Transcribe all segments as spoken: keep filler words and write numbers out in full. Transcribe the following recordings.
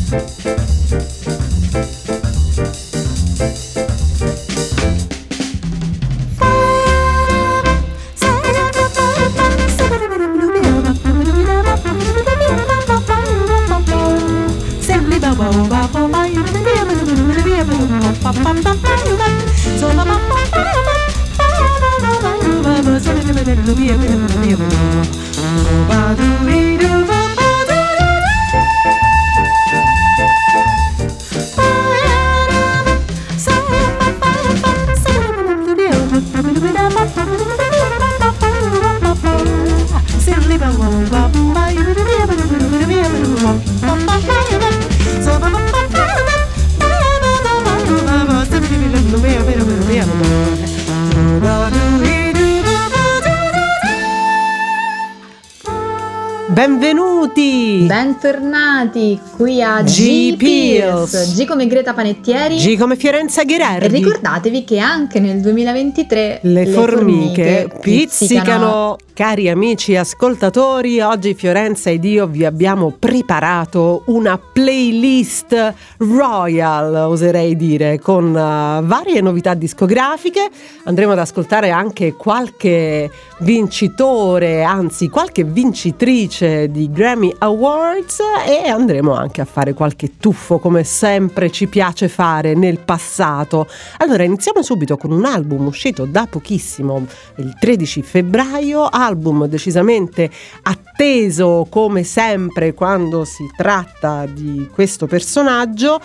Benvenuti! Bentornati qui a G G-Pills, G come Greta Panettieri, G come Fiorenza Gherardi. E ricordatevi che anche nel duemilaventitré le, le formiche, formiche pizzicano. pizzicano. Cari amici ascoltatori, oggi Fiorenza ed io vi abbiamo preparato una playlist royal, oserei dire, con uh, varie novità discografiche. Andremo ad ascoltare anche qualche vincitore, anzi qualche vincitrice di Grammy Awards, e andremo anche a fare qualche tuffo, come sempre ci piace fare nel passato. Allora iniziamo subito con un album uscito da pochissimo, il tredici febbraio, album decisamente atteso come sempre quando si tratta di questo personaggio,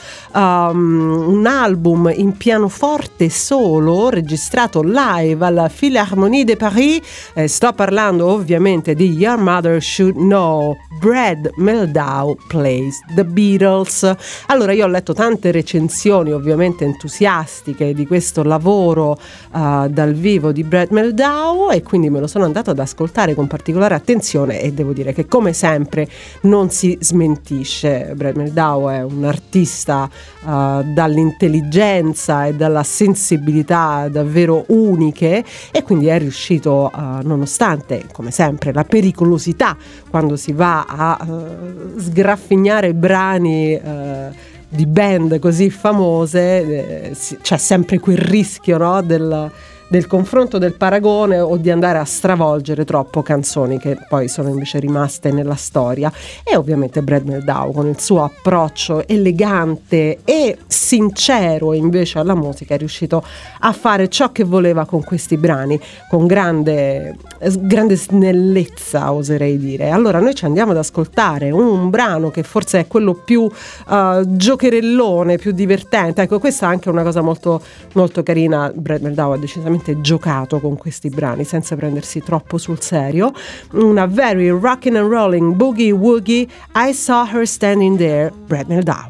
um, un album in pianoforte solo registrato live alla Philharmonie de Paris. Eh, sto parlando ovviamente di Your Mother Should Know, Brad Mehldau Plays the Beatles. Allora, io ho letto tante recensioni ovviamente entusiastiche di questo lavoro uh, dal vivo di Brad Mehldau, e quindi me lo sono andato ad ascoltare con particolare attenzione, e devo dire che come sempre non si smentisce. Brad Mehldau è un artista uh, dall'intelligenza e dalla sensibilità davvero uniche, e quindi è riuscito, uh, nonostante come sempre la pericolosità quando si va a uh, sgraffignare brani uh, di band così famose, eh, c'è sempre quel rischio, no, del del confronto, del paragone, o di andare a stravolgere troppo canzoni che poi sono invece rimaste nella storia. E ovviamente Brad Mehldau, con il suo approccio elegante e sincero invece alla musica, è riuscito a fare ciò che voleva con questi brani, con grande, grande snellezza, oserei dire. Allora noi ci andiamo ad ascoltare un brano che forse è quello più uh, giocherellone, più divertente. Ecco, questa è anche una cosa molto, molto carina. Brad Mehldau ha decisamente giocato con questi brani senza prendersi troppo sul serio. Una very rockin' and rolling boogie woogie, I Saw Her Standing There, Brad Mehldau.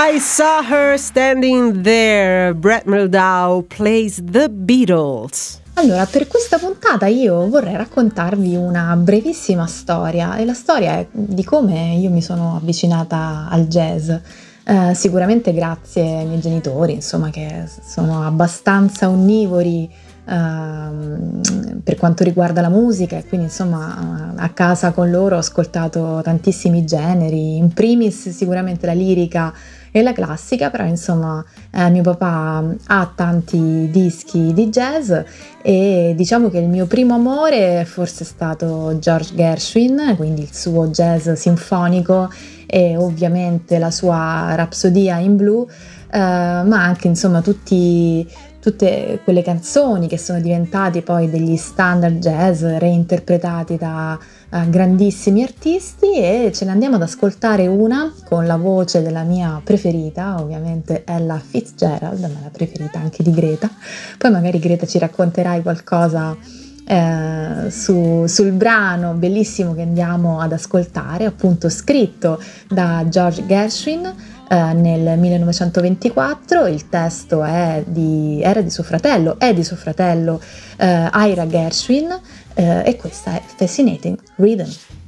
I Saw Her Standing There. Brett Mehldau plays the Beatles. Allora, per questa puntata io vorrei raccontarvi una brevissima storia, e la storia è di come io mi sono avvicinata al jazz. Eh, sicuramente grazie ai miei genitori, insomma, che sono abbastanza onnivori ehm, per quanto riguarda la musica, e quindi insomma a casa con loro ho ascoltato tantissimi generi, in primis sicuramente la lirica e la classica, però insomma eh, mio papà ha tanti dischi di jazz e diciamo che il mio primo amore forse è stato George Gershwin, quindi il suo jazz sinfonico e ovviamente la sua Rapsodia in blu, eh, ma anche insomma tutti tutte quelle canzoni che sono diventate poi degli standard jazz reinterpretati da uh, grandissimi artisti, e ce ne andiamo ad ascoltare una con la voce della mia preferita, ovviamente Ella Fitzgerald, ma la preferita anche di Greta. Poi magari Greta ci racconterai qualcosa eh, su, sul brano bellissimo che andiamo ad ascoltare, appunto scritto da George Gershwin Uh, nel millenovecentoventiquattro. Il testo è di, era di suo fratello, è di suo fratello uh, Ira Gershwin, uh, e questa è Fascinating Rhythm.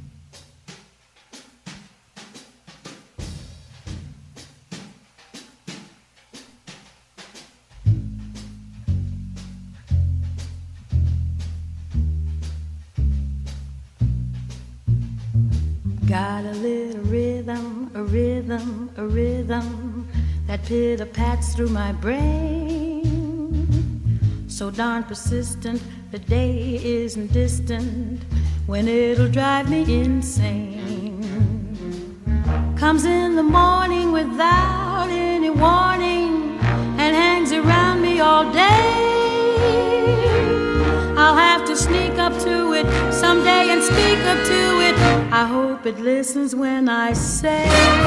Got a little rhythm, a rhythm, a rhythm that pitter-pats through my brain. So darn persistent, the day isn't distant when it'll drive me insane. Comes in the morning without any warning and hangs around me all day. I'll have to sneak up to it someday and speak up to it. I hope it listens when I say,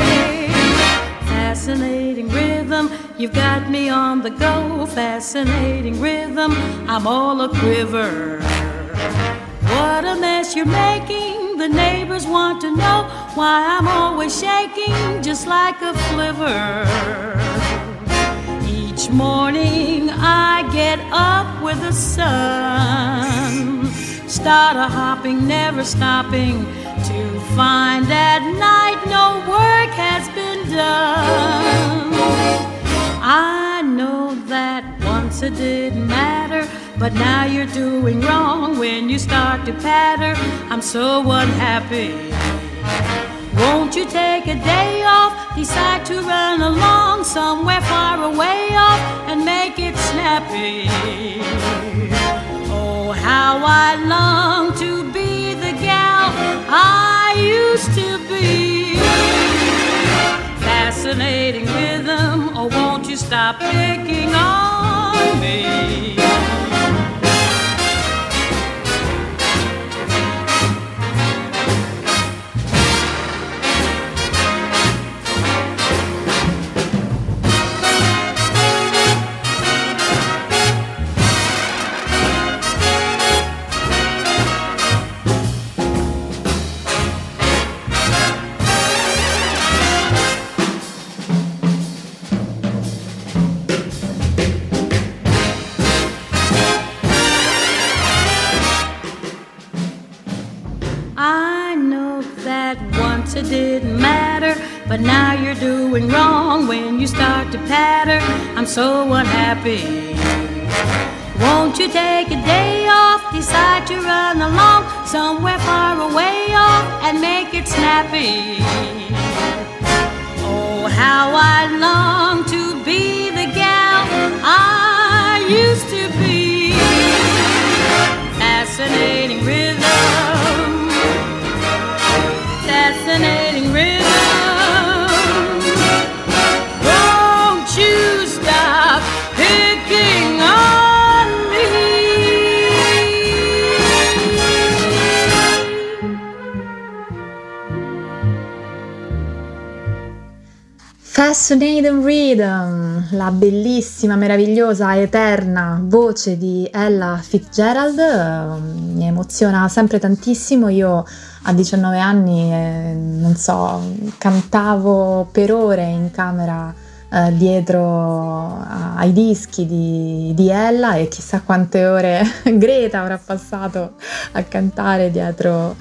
fascinating rhythm, you've got me on the go. Fascinating rhythm, I'm all a quiver. What a mess you're making, the neighbors want to know why I'm always shaking just like a flivver. Each morning I get up with the sun, start a hopping, never stopping, to find at night no work has been done. I know that once it didn't matter, but now you're doing wrong when you start to patter. I'm so unhappy. Won't you take a day off, decide to run along somewhere far away off and make it snappy? Oh, how I long to be the gal I used to be. Fascinating rhythm, oh won't you stop picking on me? It didn't matter, but now you're doing wrong when you start to patter. I'm so unhappy. Won't you take a day off, decide to run along somewhere far away off and make it snappy? Oh, how I long to be the gal I used to be. Fascinating rhythm, fascinating rhythm, won't you stop picking on me? Fascinating Rhythm, la bellissima, meravigliosa, eterna voce di Ella Fitzgerald, eh, mi emoziona sempre tantissimo. Io a diciannove anni, eh, non so, cantavo per ore in camera uh, dietro ai dischi di, di Ella, e chissà quante ore Greta avrà passato a cantare dietro,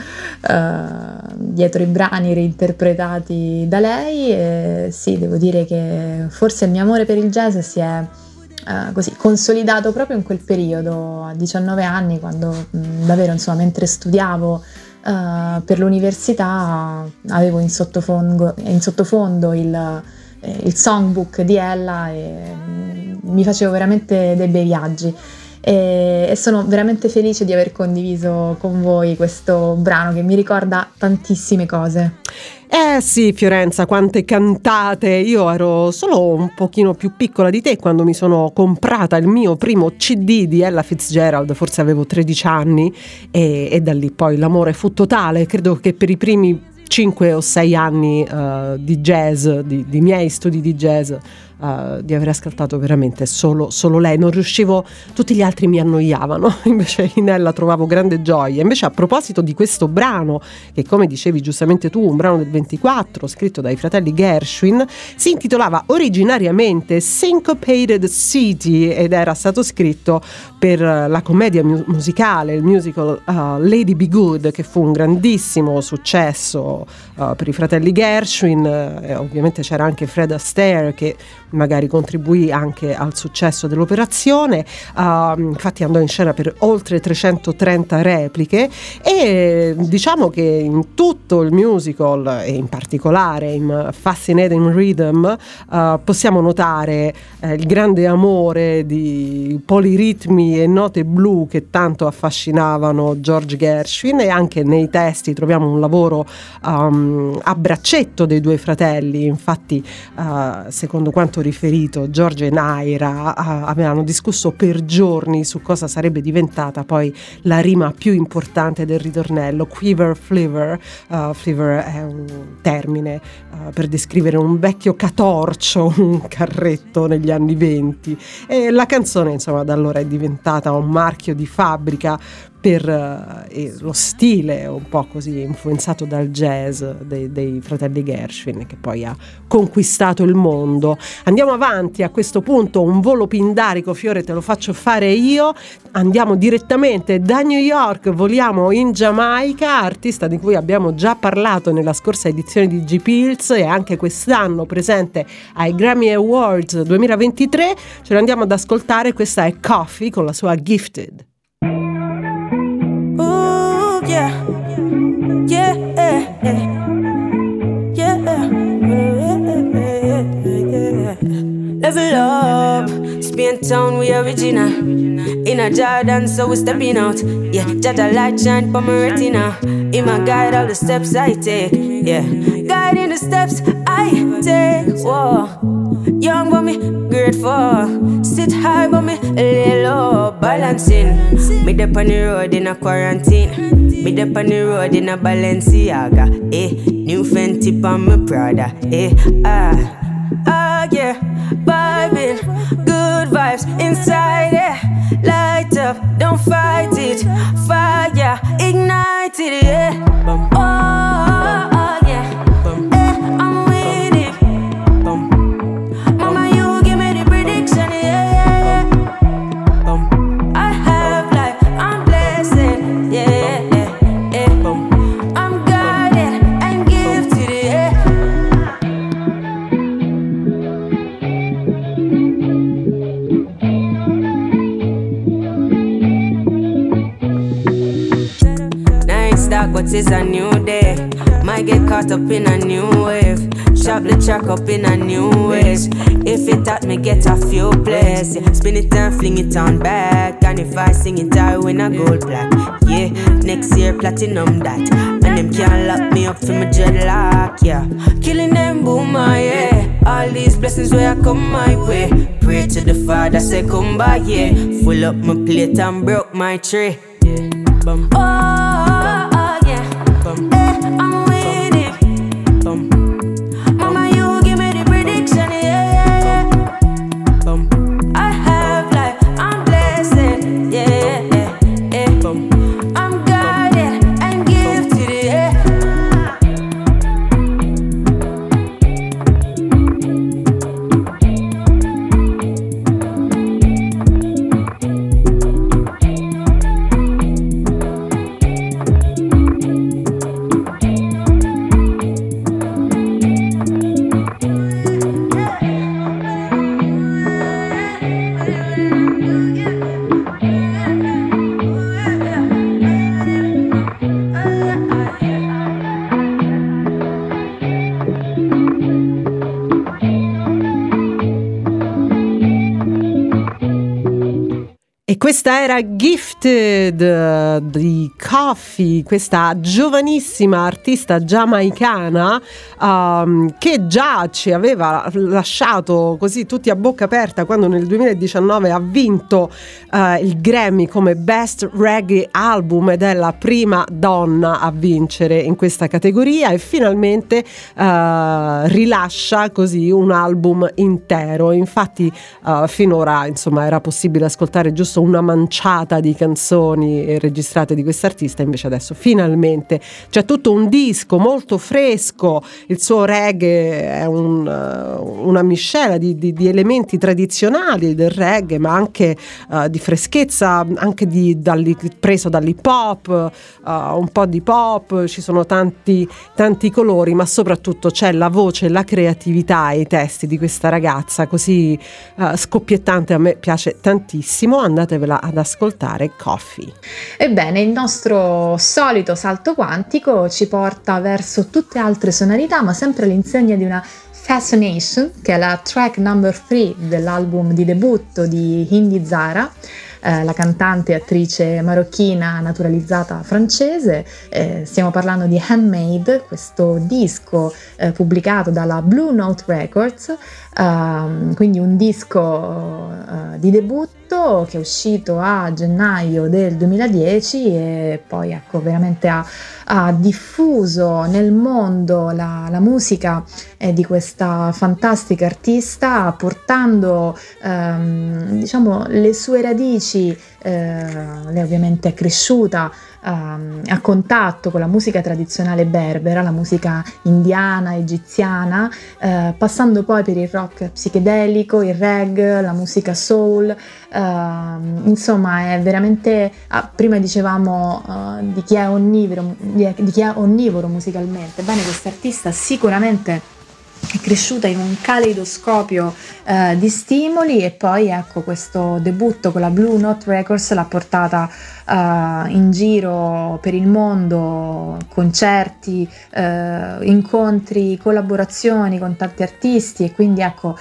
uh, dietro i brani reinterpretati da lei. E sì, devo dire che forse il mio amore per il jazz si è Uh, così consolidato proprio in quel periodo, a diciannove anni, quando mh, davvero, insomma, mentre studiavo uh, per l'università, avevo in sottofondo, in sottofondo il, eh, il songbook di Ella, e mh, mi facevo veramente dei bei viaggi, e, e sono veramente felice di aver condiviso con voi questo brano che mi ricorda tantissime cose. Eh sì, Fiorenza, quante cantate! Io ero solo un pochino più piccola di te quando mi sono comprata il mio primo C D di Ella Fitzgerald, forse avevo tredici anni, e, e da lì poi l'amore fu totale. Credo che per i primi cinque o sei anni uh, di jazz, di, di miei studi di jazz, uh, di aver ascoltato veramente solo, solo lei. Non riuscivo, tutti gli altri mi annoiavano, invece in Ella trovavo grande gioia. Invece, a proposito di questo brano, che come dicevi giustamente tu, un brano del ventiquattro scritto dai fratelli Gershwin, si intitolava originariamente Syncopated City ed era stato scritto per la commedia mu- musicale, il musical uh, Lady Be Good, che fu un grandissimo successo Uh, per i fratelli Gershwin. Uh, e ovviamente c'era anche Fred Astaire, che magari contribuì anche al successo dell'operazione. Uh, infatti andò in scena per oltre trecentotrenta repliche, e diciamo che in tutto il musical, e in particolare in Fascinating Rhythm, uh, possiamo notare uh, il grande amore di poliritmi e note blu che tanto affascinavano George Gershwin, e anche nei testi troviamo un lavoro Um, a braccetto dei due fratelli. Infatti, uh, secondo quanto riferito, George e Naira uh, avevano discusso per giorni su cosa sarebbe diventata poi la rima più importante del ritornello. Quiver Flavor, uh, Flavor è un termine uh, per descrivere un vecchio catorcio, un carretto negli anni venti, e la canzone, insomma, da allora è diventata un marchio di fabbrica per uh, lo stile un po' così influenzato dal jazz dei, dei fratelli Gershwin, che poi ha conquistato il mondo. Andiamo avanti a questo punto, un volo pindarico, Fiore, te lo faccio fare io. Andiamo direttamente da New York, voliamo in Giamaica, artista di cui abbiamo già parlato nella scorsa edizione di G-Pills e anche quest'anno presente ai Grammy Awards duemilaventitré. Ce lo andiamo ad ascoltare, questa è Coffee con la sua Gifted. Yeah, yeah, yeah, yeah, yeah. Level up, Spain town, we original. In a Jordan, so we stepping out. Yeah, Jaja light shine for my retina. In my guide, all the steps I take. Yeah, guiding the steps I take. Whoa, young but me grateful. Sit high but me lay low. Balancing, me dep on the road in a quarantine. Me dep on the road in a Balenciaga. Eh, new Fenty pa my Prada. Eh, ah, ah yeah, vibing, good vibes inside. Eh, light up, don't fight it. Fire, ignite it. Yeah, oh, oh yeah. Eh, I'm with it. Mama, you give me the prediction. Yeah, yeah, yeah. I have life, I'm blessed. Yeah. But it's a new day. Might get caught up in a new wave. Chop the track up in a new ways. If it taught me get a few plays, yeah. Spin it and fling it on back. And if I sing it I win a gold plaque. Yeah, next year platinum that. And them can't lock me up for my dreadlock. Yeah, killing them boomer, yeah. All these blessings where I come my way. Pray to the Father, say come by, yeah. Full up my plate and broke my tray. Yeah, bum. Oh, Questa era Gifted di Koffee, questa giovanissima artista giamaicana um, che già ci aveva lasciato così tutti a bocca aperta quando nel duemiladiciannove ha vinto uh, il Grammy come Best Reggae Album, ed è la prima donna a vincere in questa categoria, e finalmente uh, rilascia così un album intero. Infatti uh, finora insomma era possibile ascoltare giusto un una manciata di canzoni registrate di quest'artista, invece adesso finalmente c'è tutto un disco molto fresco. Il suo reggae è un, una miscela di, di, di elementi tradizionali del reggae, ma anche uh, di freschezza, anche di, dalli, preso dall'hip hop, uh, un po' di pop, ci sono tanti, tanti colori, ma soprattutto c'è la voce, la creatività e i testi di questa ragazza così uh, scoppiettante. A me piace tantissimo, andatevela ad ascoltare, Koffee. Ebbene, il nostro solito salto quantico ci porta verso tutte altre sonorità, ma sempre all'insegna di una Fascination, che è la track number three dell'album di debutto di Indy Zahra, eh, la cantante e attrice marocchina naturalizzata francese. Eh, stiamo parlando di Handmade, questo disco eh, pubblicato dalla Blue Note Records, Uh, quindi un disco uh, di debutto che è uscito a gennaio del duemiladieci, e poi ecco veramente ha, ha diffuso nel mondo la, la musica eh, di questa fantastica artista, portando um, diciamo le sue radici. Uh, lei ovviamente è cresciuta um, a contatto con la musica tradizionale berbera, la musica indiana, egiziana, uh, passando poi per il rock psichedelico, il reggae, la musica soul. Uh, insomma è veramente, ah, prima dicevamo uh, di chi è onnivoro, di, di chi è onnivoro musicalmente. Bene, quest'artista sicuramente è cresciuta in un caleidoscopio eh, di stimoli, e poi ecco questo debutto con la Blue Note Records l'ha portata eh, in giro per il mondo, concerti, eh, incontri, collaborazioni con tanti artisti, e quindi ecco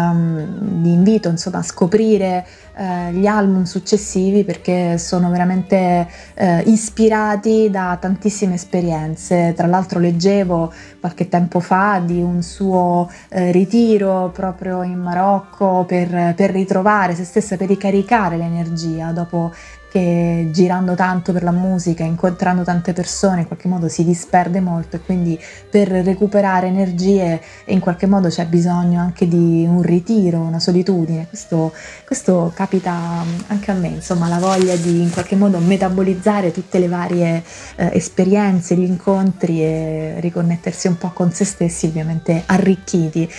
ehm, vi invito insomma a scoprire eh, gli album successivi, perché sono veramente eh, ispirati da tantissime esperienze. Tra l'altro leggevo qualche tempo fa di un suo eh, ritiro proprio in Marocco per, per ritrovare se stessa, per ricaricare l'energia dopo che, girando tanto per la musica, incontrando tante persone, in qualche modo si disperde molto, e quindi per recuperare energie in qualche modo c'è bisogno anche di un ritiro, una solitudine. Questo, questo capita anche a me, insomma, la voglia di in qualche modo metabolizzare tutte le varie eh, esperienze, gli incontri, e riconnettersi un po' con se stessi, ovviamente arricchiti.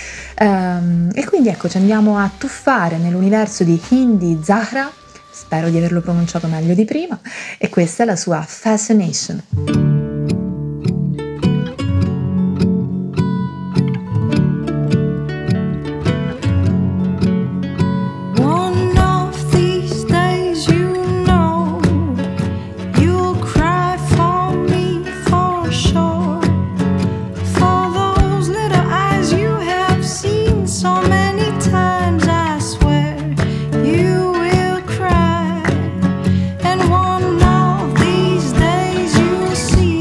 Um, e quindi ecco, ci andiamo a tuffare nell'universo di Indy Zahra. Spero di averlo pronunciato meglio di prima, e questa è la sua Fascination. See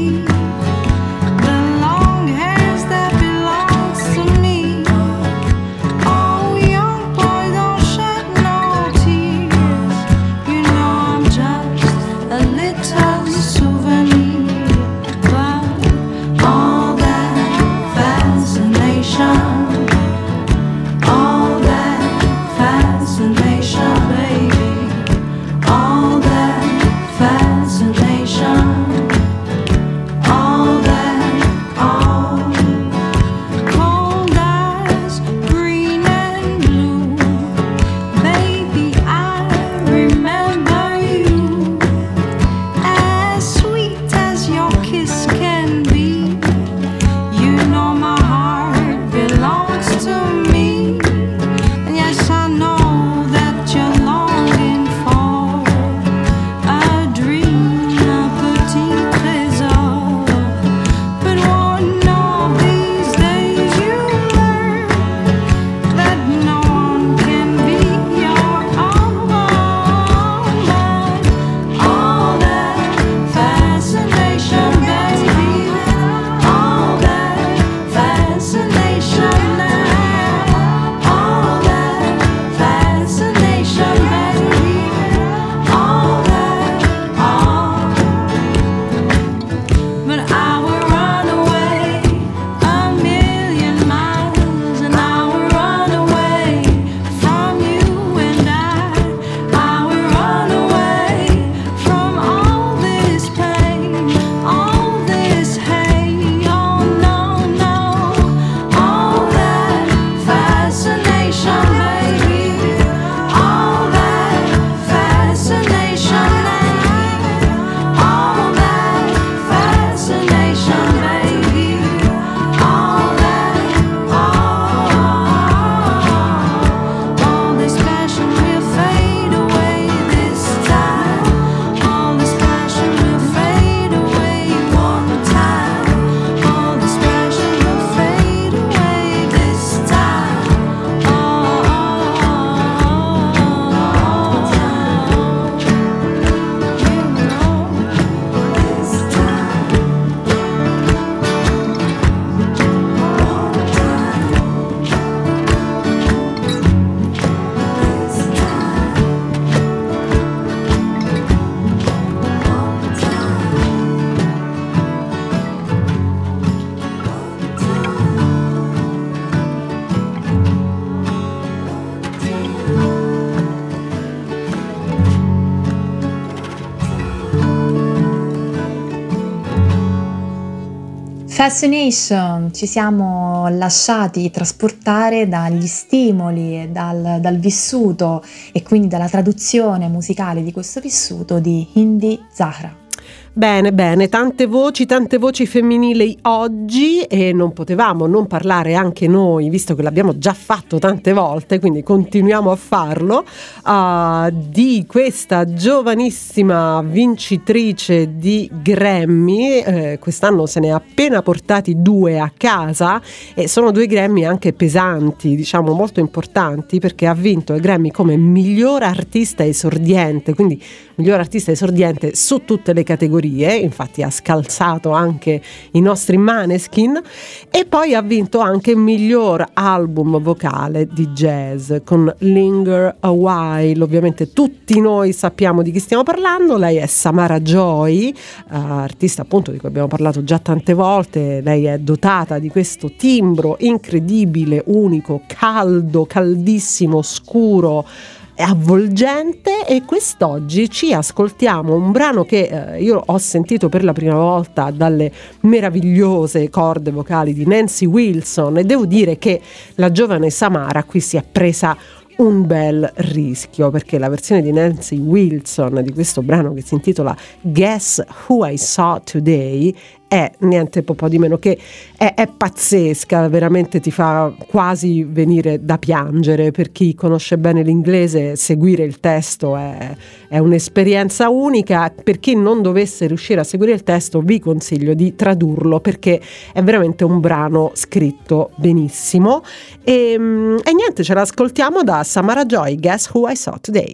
Fascination, ci siamo lasciati trasportare dagli stimoli e dal, dal vissuto e quindi dalla traduzione musicale di questo vissuto di Indy Zahra. Bene, bene, tante voci, tante voci femminili oggi e non potevamo non parlare anche noi, visto che l'abbiamo già fatto tante volte, quindi continuiamo a farlo, uh, di questa giovanissima vincitrice di Grammy. Eh, quest'anno se ne ha appena portati due a casa e sono due Grammy anche pesanti, diciamo molto importanti, perché ha vinto il Grammy come miglior artista esordiente, quindi miglior artista esordiente su tutte le categorie, infatti ha scalzato anche i nostri Maneskin, e poi ha vinto anche miglior album vocale di jazz con Linger a While. Ovviamente tutti noi sappiamo di chi stiamo parlando, lei è Samara Joy, uh, artista appunto di cui abbiamo parlato già tante volte. Lei è dotata di questo timbro incredibile, unico, caldo, caldissimo, scuro, è avvolgente, e quest'oggi ci ascoltiamo un brano che eh, io ho sentito per la prima volta dalle meravigliose corde vocali di Nancy Wilson, e devo dire che la giovane Samara qui si è presa un bel rischio, perché la versione di Nancy Wilson di questo brano, che si intitola Guess Who I Saw Today, è niente po' di meno che è, è pazzesca, veramente ti fa quasi venire da piangere. Per chi conosce bene l'inglese, seguire il testo è, è un'esperienza unica. Per chi non dovesse riuscire a seguire il testo, vi consiglio di tradurlo, perché è veramente un brano scritto benissimo. E, e niente, ce l'ascoltiamo da Samara Joy, Guess Who I Saw Today.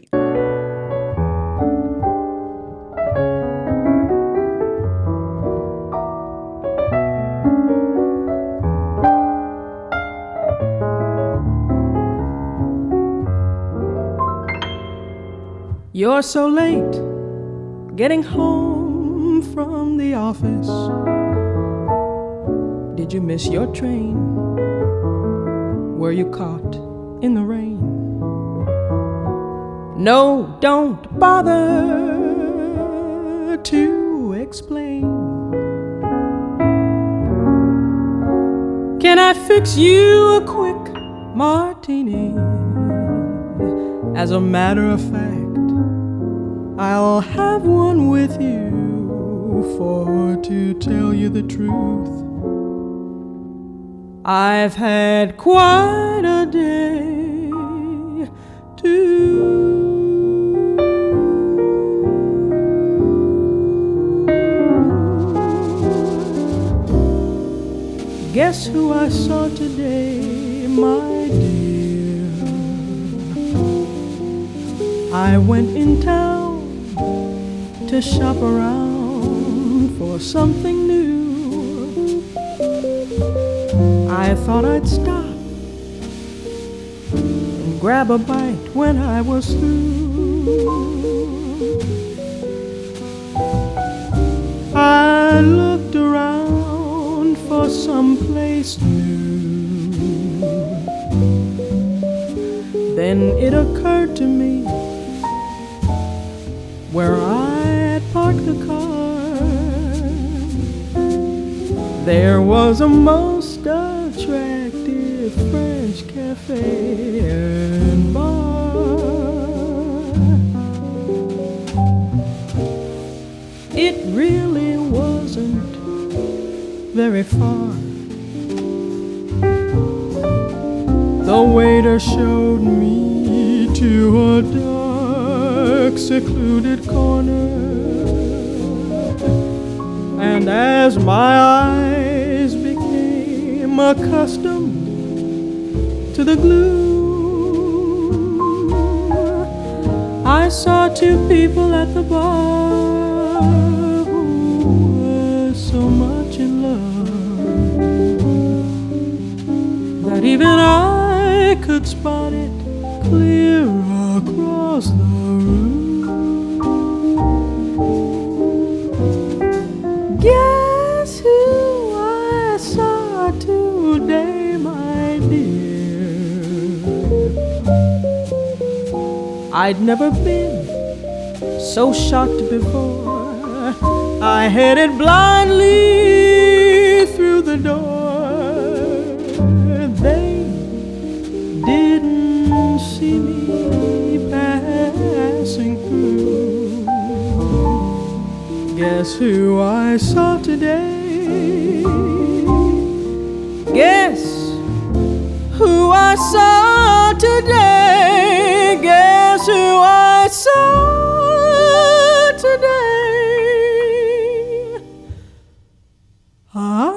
You're so late getting home from the office. Did you miss your train? Were you caught in the rain? No, don't bother to explain. Can I fix you a quick martini? As a matter of fact, I'll have one with you, for to tell you the truth, I've had quite a day too. Guess who I saw today, my dear? I went in town to shop around for something new. I thought I'd stop and grab a bite when I was through. I looked around for some place new. Then it occurred to me, where I parked the car, there was a most attractive French cafe and bar. It really wasn't very far. The waiter showed me to a dark, secluded corner, and as my eyes became accustomed to the gloom, I saw two people at the bar who were so much in love that even I could spot it clear across the room. Guess who I saw today, my dear? I'd never been so shocked before. I headed blindly through Guess who I saw today? Guess who I saw today? Guess who I saw today? I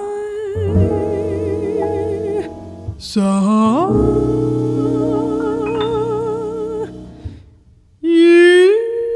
saw you.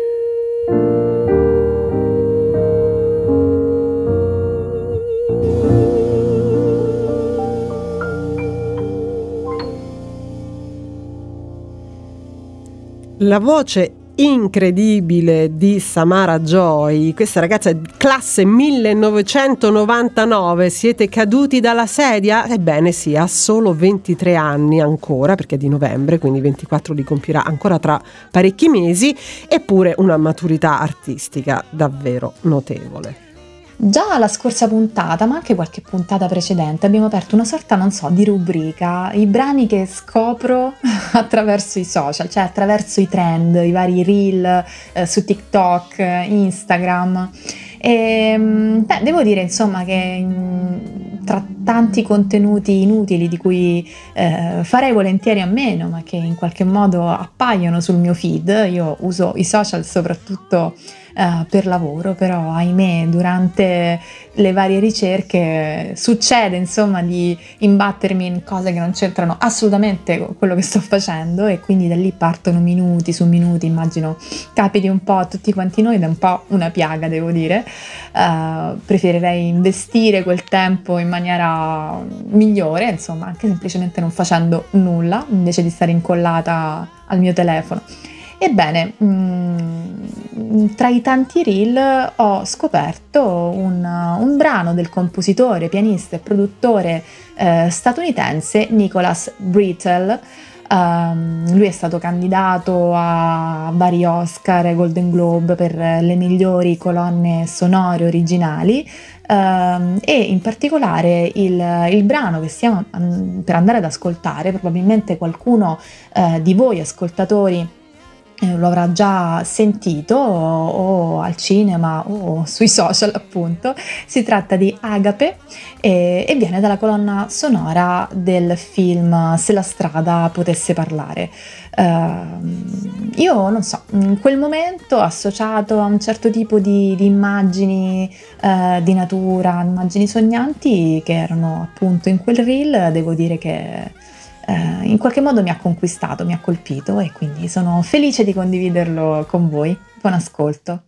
La voce incredibile di Samara Joy, questa ragazza è classe millenovecentonovantanove. Siete caduti dalla sedia? Ebbene sì, ha solo ventitré anni ancora, perché è di novembre, quindi ventiquattro li compirà ancora tra parecchi mesi, eppure una maturità artistica davvero notevole. Già la scorsa puntata, ma anche qualche puntata precedente, abbiamo aperto una sorta, non so, di rubrica, i brani che scopro attraverso i social, cioè attraverso i trend, i vari reel eh, su TikTok, Instagram. E beh, devo dire insomma che mh, tra tanti contenuti inutili di cui eh, farei volentieri a meno, ma che in qualche modo appaiono sul mio feed, io uso i social soprattutto Uh, per lavoro, però ahimè durante le varie ricerche succede insomma di imbattermi in cose che non c'entrano assolutamente con quello che sto facendo, e quindi da lì partono minuti su minuti. Immagino capiti un po' a tutti quanti noi, ed è un po' una piaga, devo dire. Uh, preferirei investire quel tempo in maniera migliore, insomma, anche semplicemente non facendo nulla invece di stare incollata al mio telefono. Ebbene, mh, tra i tanti reel ho scoperto un, un brano del compositore, pianista e produttore eh, statunitense Nicholas Britell. Um, lui è stato candidato a vari Oscar e Golden Globe per le migliori colonne sonore originali, um, e in particolare il, il brano che stiamo um, per andare ad ascoltare, probabilmente qualcuno uh, di voi ascoltatori lo avrà già sentito o, o al cinema o sui social, appunto. Si tratta di Agape e, e viene dalla colonna sonora del film Se la strada potesse parlare. Uh, io non so, in quel momento associato a un certo tipo di, di immagini uh, di natura, immagini sognanti che erano appunto in quel reel, devo dire che Uh, in qualche modo mi ha conquistato, mi ha colpito, e quindi sono felice di condividerlo con voi. Buon ascolto.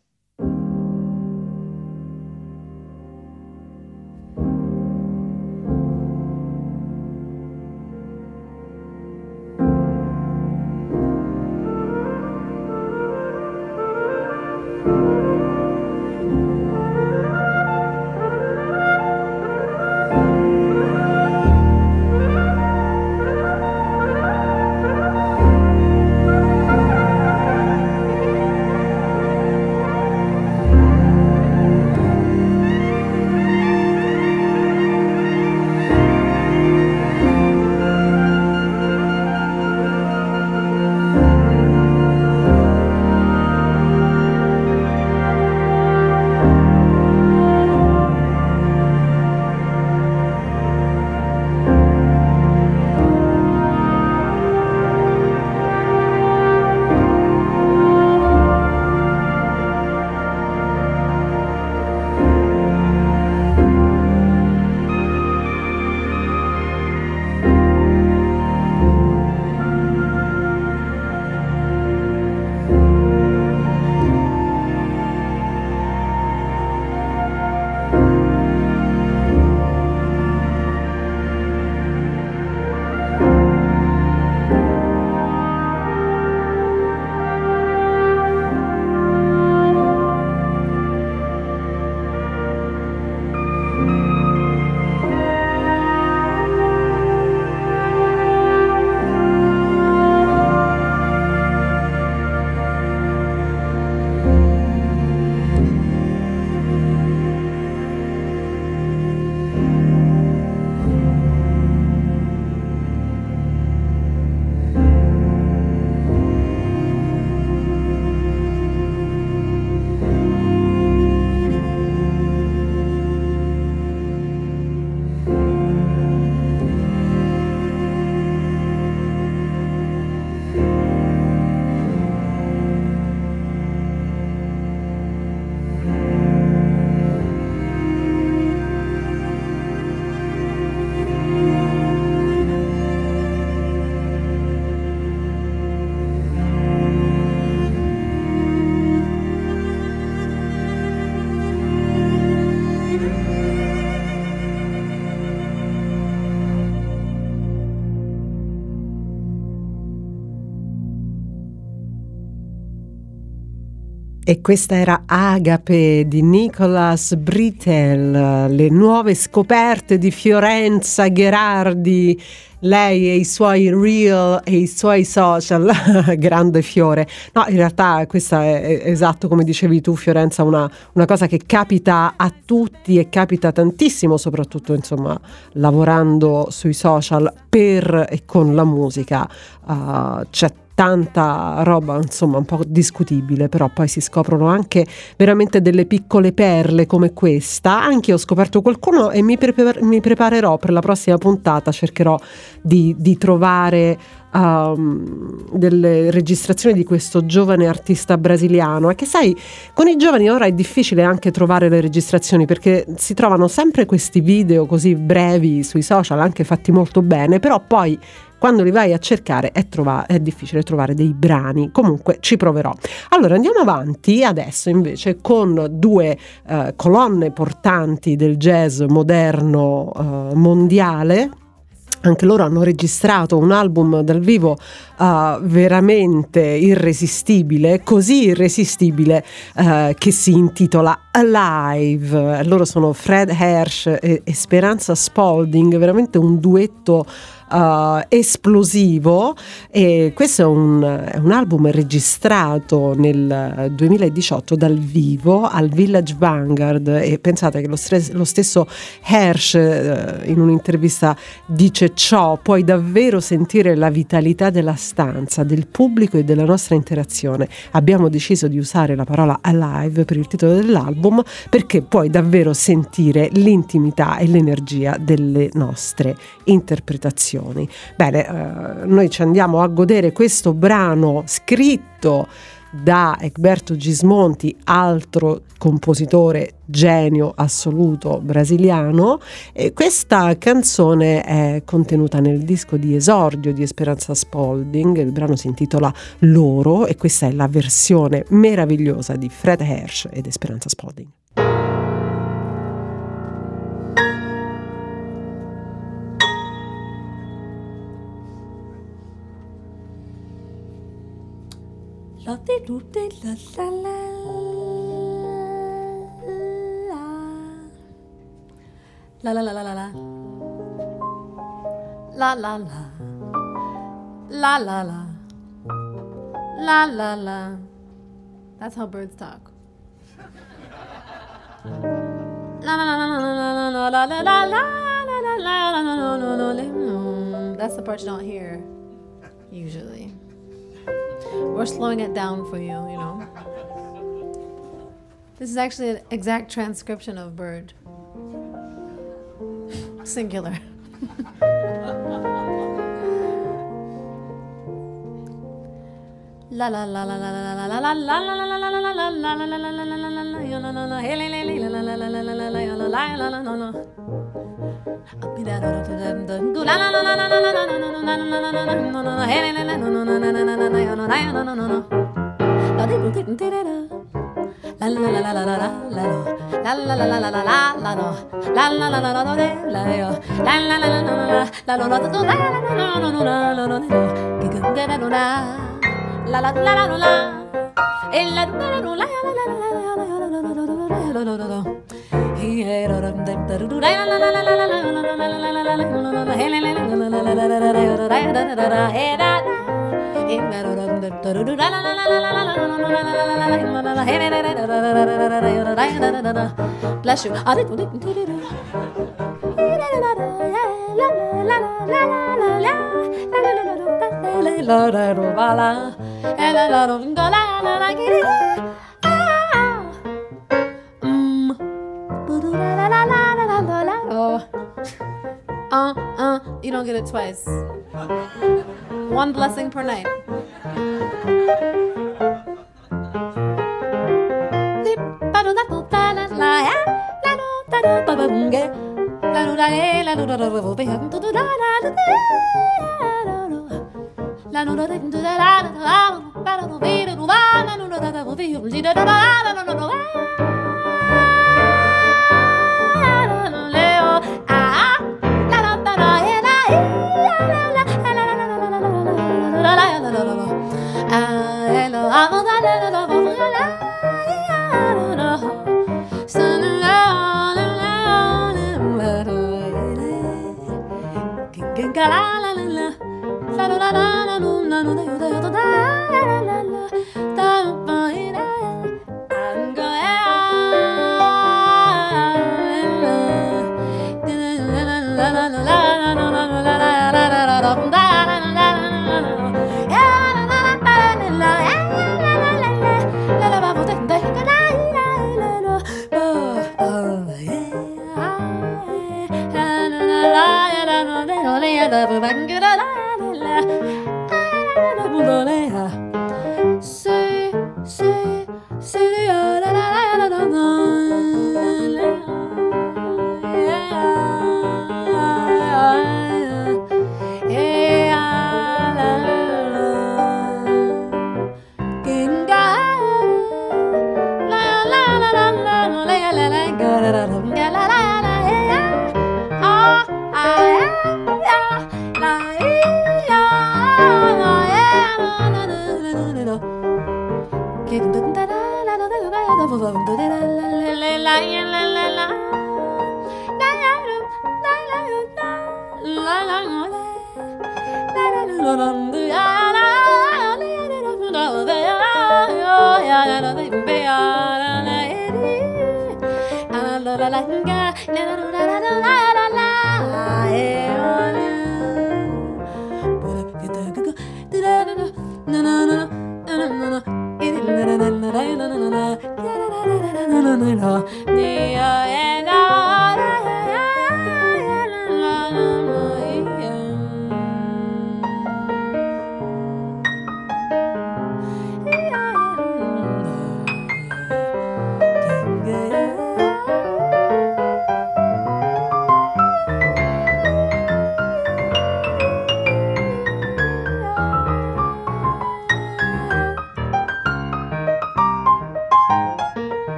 E questa era Agape di Nicolas Britell, le nuove scoperte di Fiorenza Gherardi, lei e i suoi reel e i suoi social, grande Fiore. No, in realtà questa è, è esatto come dicevi tu, Fiorenza, una, una cosa che capita a tutti e capita tantissimo, soprattutto insomma lavorando sui social per e con la musica. Uh, c'è tanta roba insomma un po' discutibile, però poi si scoprono anche veramente delle piccole perle come questa. Anche io ho scoperto qualcuno e mi, prepar- mi preparerò per la prossima puntata, cercherò di, di trovare um, delle registrazioni di questo giovane artista brasiliano. E che sai, con i giovani ora è difficile anche trovare le registrazioni, perché si trovano sempre questi video così brevi sui social, anche fatti molto bene, però poi quando li vai a cercare è, trova- è difficile trovare dei brani. Comunque ci proverò. Allora andiamo avanti adesso invece con due eh, colonne portanti del jazz moderno eh, mondiale. Anche loro hanno registrato un album dal vivo uh, veramente irresistibile, così irresistibile uh, che si intitola Alive. Loro sono Fred Hersch e, e Speranza Spalding, veramente un duetto Uh, esplosivo. E questo è un, è un album registrato nel duemiladiciotto dal vivo al Village Vanguard, e pensate che lo, stres- lo stesso Hersch uh, in un'intervista dice ciò: puoi davvero sentire la vitalità della stanza, del pubblico e della nostra interazione. Abbiamo deciso di usare la parola Alive per il titolo dell'album perché puoi davvero sentire l'intimità e l'energia delle nostre interpretazioni. Bene, eh, noi ci andiamo a godere questo brano scritto da Egberto Gismonti, altro compositore genio assoluto brasiliano, e questa canzone è contenuta nel disco di esordio di Speranza Spalding. Il brano si intitola Loro e questa è la versione meravigliosa di Fred Hersch ed Speranza Spalding. La di du di la la la la la la la la la la la la la la la la la. That's how birds talk. La la la la la la la la la la la. That's the part you don't hear usually. We're slowing it down for you, you know. This is actually an exact transcription of bird. Singular. La la la la la la la la la la la la la la la la la la la. Bless you. Uh, uh, you don't get it twice. One blessing per night.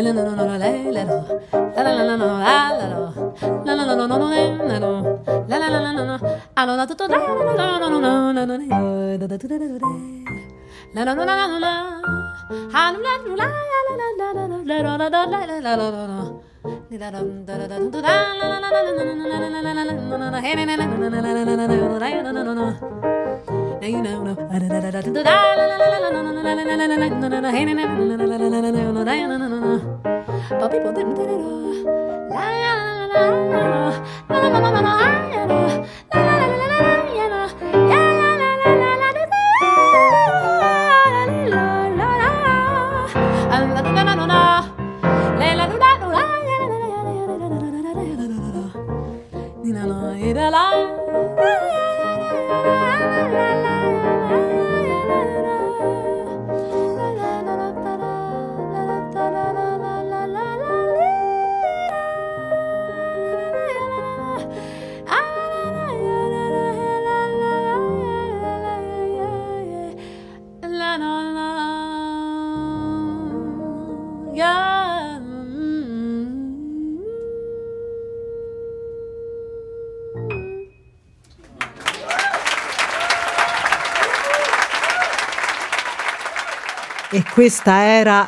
E questa era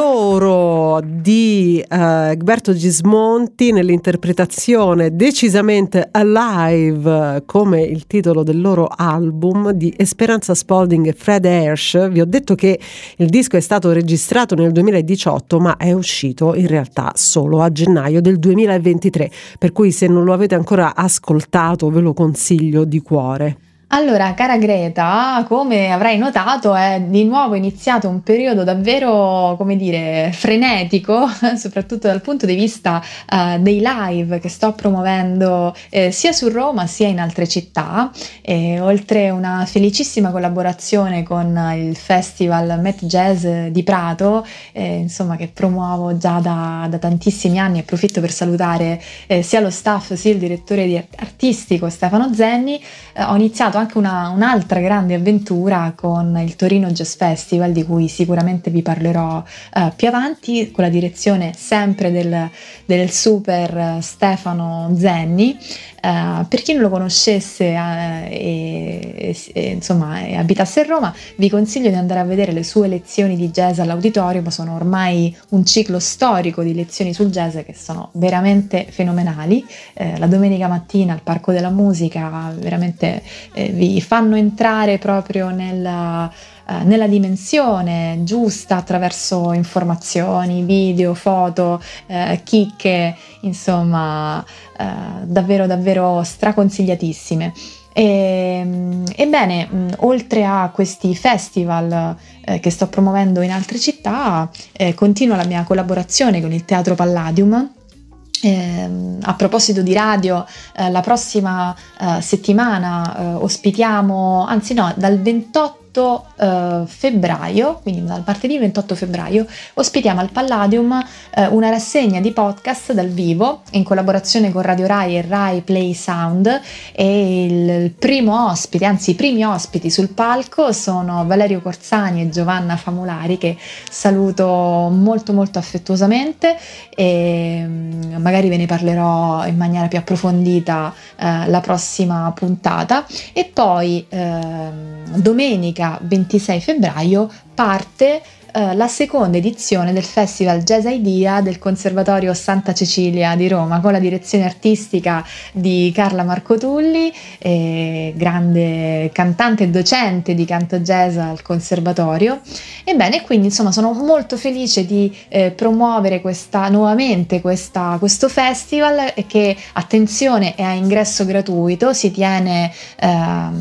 Loro di uh, Egberto Gismonti nell'interpretazione decisamente Alive, come il titolo del loro album, di Esperanza Spalding e Fred Hersch. Vi ho detto che il disco è stato registrato nel duemiladiciotto, ma è uscito in realtà solo a gennaio del duemilaventitré, per cui se non lo avete ancora ascoltato ve lo consiglio di cuore. Allora, cara Greta, come avrai notato è di nuovo iniziato un periodo davvero, come dire, frenetico, soprattutto dal punto di vista uh, dei live che sto promuovendo eh, sia su Roma sia in altre città, e oltre una felicissima collaborazione con il Festival Met Jazz di Prato, eh, insomma, che promuovo già da, da tantissimi anni. Approfitto per salutare eh, sia lo staff sia il direttore di artistico Stefano Zenni. Eh, ho iniziato anche una, un'altra grande avventura con il Torino Jazz Festival, di cui sicuramente vi parlerò uh, più avanti, con la direzione sempre del, del super Stefano Zenni. Uh, per chi non lo conoscesse uh, e, e insomma e abitasse a Roma, vi consiglio di andare a vedere le sue lezioni di jazz all'Auditorium. Sono ormai un ciclo storico di lezioni sul jazz che sono veramente fenomenali. Uh, la domenica mattina al Parco della Musica veramente uh, vi fanno entrare proprio nella, uh, nella dimensione giusta, attraverso informazioni, video, foto, uh, chicche, insomma uh, davvero davvero straconsigliatissime. E, ebbene, mh, oltre a questi festival eh, che sto promuovendo in altre città, eh, continua la mia collaborazione con il Teatro Palladium. Eh, a proposito di radio, eh, la prossima eh, settimana eh, ospitiamo, anzi no, dal ventotto uh, febbraio, quindi dal martedì ventotto febbraio, ospitiamo al Palladium uh, una rassegna di podcast dal vivo in collaborazione con Radio Rai e Rai Play Sound, e il, il primo ospite, anzi i primi ospiti sul palco sono Valerio Corsani e Giovanna Famulari, che saluto molto molto affettuosamente, e magari ve ne parlerò in maniera più approfondita eh, la prossima puntata. E poi eh, domenica ventisei febbraio parte la seconda edizione del Festival Jazz Idea del Conservatorio Santa Cecilia di Roma, con la direzione artistica di Carla Marcotulli, eh, grande cantante e docente di canto jazz al Conservatorio. Ebbene, quindi insomma sono molto felice di eh, promuovere questa, nuovamente questa, questo festival, che, attenzione, è a ingresso gratuito, si tiene eh,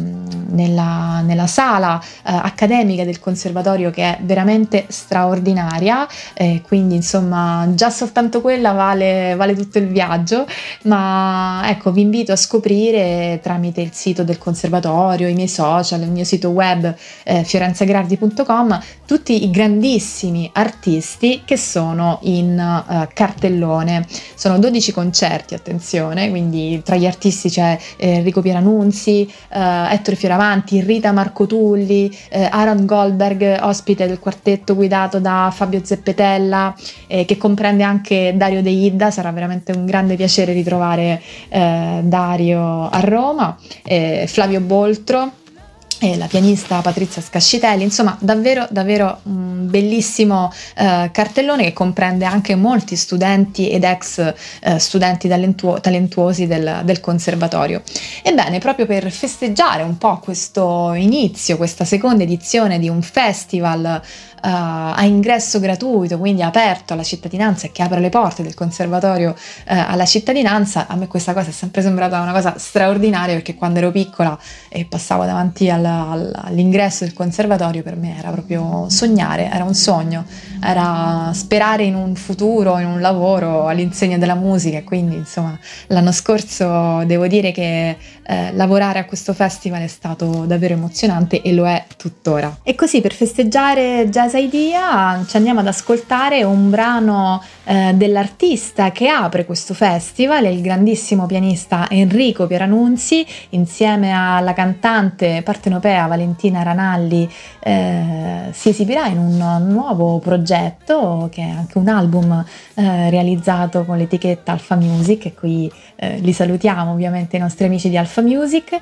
nella, nella sala eh, accademica del Conservatorio, che è veramente straordinaria, eh, quindi insomma già soltanto quella vale, vale tutto il viaggio. Ma ecco, vi invito a scoprire tramite il sito del Conservatorio, i miei social, il mio sito web eh, fiorenzagrardi punto com, tutti i grandissimi artisti che sono in uh, cartellone. Sono dodici concerti, attenzione, quindi tra gli artisti c'è eh, Enrico Pieranunzi, uh, Ettore Fioravanti, Fioravanti, Rita Marcotulli, eh, Aaron Goldberg, ospite del quartetto guidato da Fabio Zeppetella, eh, che comprende anche Dario De Idda. Sarà veramente un grande piacere ritrovare eh, Dario a Roma, eh, Flavio Boltro, e la pianista Patrizia Scascitelli. Insomma, davvero davvero un bellissimo eh, cartellone che comprende anche molti studenti ed ex eh, studenti talentuo- talentuosi del, del conservatorio. Ebbene, proprio per festeggiare un po' questo inizio, questa seconda edizione di un festival Uh, a ingresso gratuito, quindi aperto alla cittadinanza e che apre le porte del conservatorio uh, alla cittadinanza, a me questa cosa è sempre sembrata una cosa straordinaria, perché quando ero piccola e passavo davanti al, al, all'ingresso del conservatorio, per me era proprio sognare, era un sogno, era sperare in un futuro, in un lavoro all'insegna della musica. E quindi insomma l'anno scorso devo dire che eh, lavorare a questo festival è stato davvero emozionante e lo è tuttora. E così, per festeggiare Jazz Idea, ci andiamo ad ascoltare un brano eh, dell'artista che apre questo festival, il grandissimo pianista Enrico Pieranunzi, insieme alla cantante partenopea Valentina Ranalli. Eh, si esibirà in un nuovo progetto che è anche un album eh, realizzato con l'etichetta Alpha Music, e qui eh, li salutiamo ovviamente, i nostri amici di Alpha Music.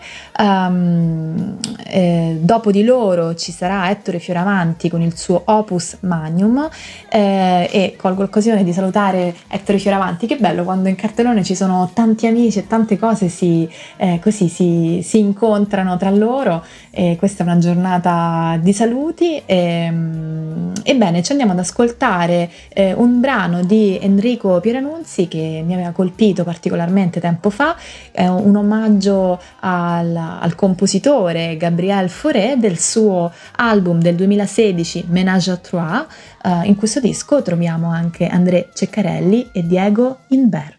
Um, eh, dopo di loro ci sarà Ettore Fioravanti con il suo Opus Magnum, eh, e colgo l'occasione di salutare Ettore Fioravanti. Che bello quando in cartellone ci sono tanti amici e tante cose si, eh, così si, si incontrano tra loro, e questa è una giornata di saluti. E, ebbene, ci andiamo ad ascoltare eh, un brano di Enrico Pieranunzi che mi aveva colpito particolarmente tempo fa, è un omaggio al, al compositore Gabriel Fauré del suo album del duemilasedici Ménage à Trois. Uh, in questo disco troviamo anche André Ceccarelli e Diego Inver.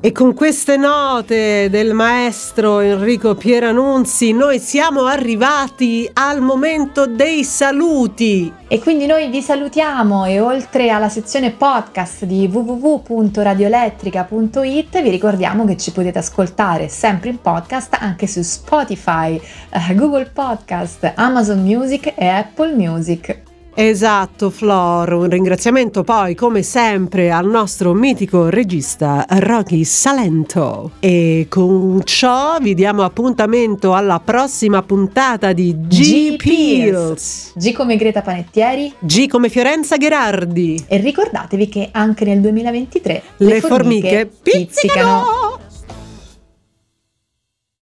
E con queste note del maestro Enrico Pieranunzi noi siamo arrivati al momento dei saluti. E quindi noi vi salutiamo e oltre alla sezione podcast di w w w punto radioelettrica punto i t vi ricordiamo che ci potete ascoltare sempre in podcast anche su Spotify, eh, Google Podcast, Amazon Music e Apple Music. Esatto, Flor, un ringraziamento poi come sempre al nostro mitico regista Rocky Salento. E con ciò vi diamo appuntamento alla prossima puntata di G Pills. G come Greta Panettieri, G come Fiorenza Gherardi. E ricordatevi che anche nel duemilaventitré le, le formiche, formiche pizzicano. pizzicano.